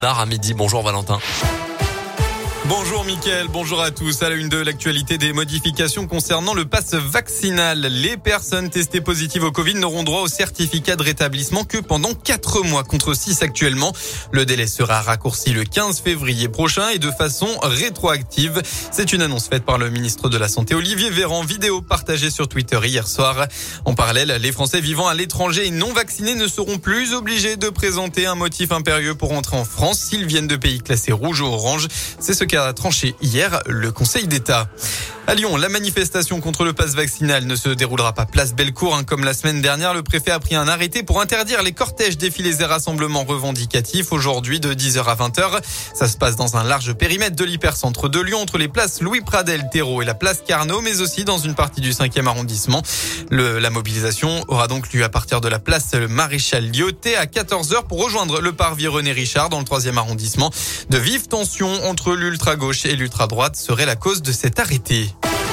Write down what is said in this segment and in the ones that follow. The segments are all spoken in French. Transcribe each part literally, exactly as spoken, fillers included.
À midi, bonjour Valentin. Bonjour Mickaël, bonjour à tous. À la une de l'actualité, des modifications concernant le pass vaccinal. Les personnes testées positives au Covid n'auront droit au certificat de rétablissement que pendant quatre mois contre six actuellement. Le délai sera raccourci le quinze février prochain et de façon rétroactive. C'est une annonce faite par le ministre de la Santé Olivier Véran, vidéo partagée sur Twitter hier soir. En parallèle, les Français vivant à l'étranger et non vaccinés ne seront plus obligés de présenter un motif impérieux pour entrer en France s'ils viennent de pays classés rouge ou orange. C'est ce qu'a tranché hier le Conseil d'État. À Lyon, la manifestation contre le pass vaccinal ne se déroulera pas place Bellecour. Hein. Comme la semaine dernière, le préfet a pris un arrêté pour interdire les cortèges, défilés et rassemblements revendicatifs aujourd'hui de dix heures à vingt heures. Ça se passe dans un large périmètre de l'hypercentre de Lyon, entre les places Louis Pradel, Terreau et la place Carnot, mais aussi dans une partie du cinquième arrondissement. Le, la mobilisation aura donc lieu à partir de la place Maréchal Lyoté à quatorze heures pour rejoindre le parvis René Richard dans le troisième arrondissement. De vives tensions entre l'ultra-gauche et l'ultra-droite seraient la cause de cet arrêté.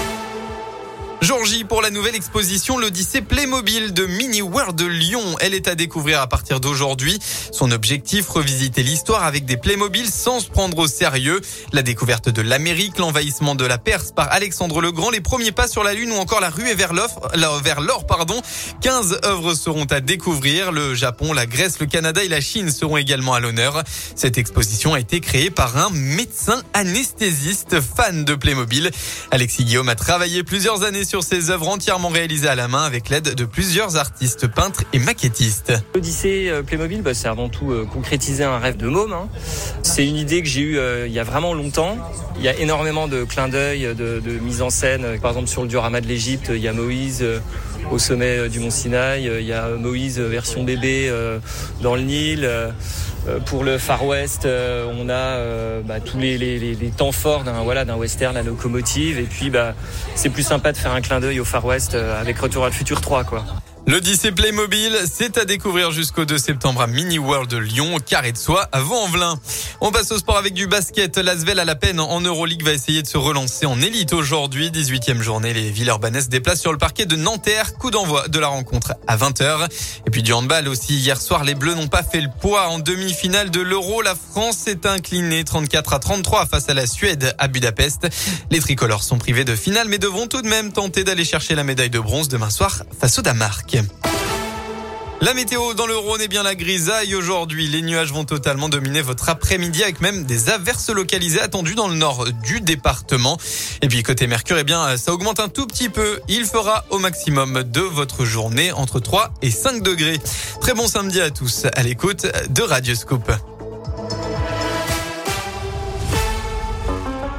Jour J pour la nouvelle exposition l'Odyssée Playmobil de Mini World de Lyon. Elle est à découvrir à partir d'aujourd'hui. Son objectif, revisiter l'histoire avec des Playmobil sans se prendre au sérieux. La découverte de l'Amérique, l'envahissement de la Perse par Alexandre le Grand, les premiers pas sur la Lune ou encore la ruée vers l'or, vers l'or, pardon. quinze œuvres seront à découvrir. Le Japon, la Grèce, le Canada et la Chine seront également à l'honneur. Cette exposition a été créée par un médecin anesthésiste fan de Playmobil. Alexis Guillaume a travaillé plusieurs années sur ses œuvres entièrement réalisées à la main avec l'aide de plusieurs artistes, peintres et maquettistes. L'Odyssée Playmobil, bah, c'est avant tout euh, concrétiser un rêve de môme. Hein. C'est une idée que j'ai eue euh, il y a vraiment longtemps. Il y a énormément de clins d'œil, de, de mise en scène. Par exemple, sur le diorama de l'Égypte, il y a Moïse euh, au sommet euh, du mont Sinaï. Il y a Moïse euh, version bébé euh, dans le Nil. Euh, Pour le Far West, euh, on a euh, bah, tous les, les, les temps forts d'un, voilà, d'un western, la locomotive. Et puis, bah, c'est plus sympa de faire un clin d'œil au Far West euh, avec Retour à le futur trois, quoi. L'Odyssée Playmobil, c'est à découvrir jusqu'au deux septembre à Mini World de Lyon, Carré de Soie à Vaux-en-Velin. On passe au sport avec du basket. L'Asvel à la peine en Euroleague va essayer de se relancer en élite aujourd'hui. dix-huitième journée, les Villeurbanais se déplacent sur le parquet de Nanterre. Coup d'envoi de la rencontre à vingt heures. Et puis du handball aussi. Hier soir, les Bleus n'ont pas fait le poids en demi-finale de l'Euro. La France s'est inclinée trente-quatre à trente-trois face à la Suède à Budapest. Les tricolores sont privés de finale mais devront tout de même tenter d'aller chercher la médaille de bronze demain soir face au Danemark. La météo dans le Rhône est bien la grisaille aujourd'hui. Les nuages vont totalement dominer votre après-midi avec même des averses localisées attendues dans le nord du département. Et puis côté Mercure, eh bien, ça augmente un tout petit peu. Il fera au maximum de votre journée entre trois et cinq degrés. Très bon samedi à tous à l'écoute de Radio Scoop.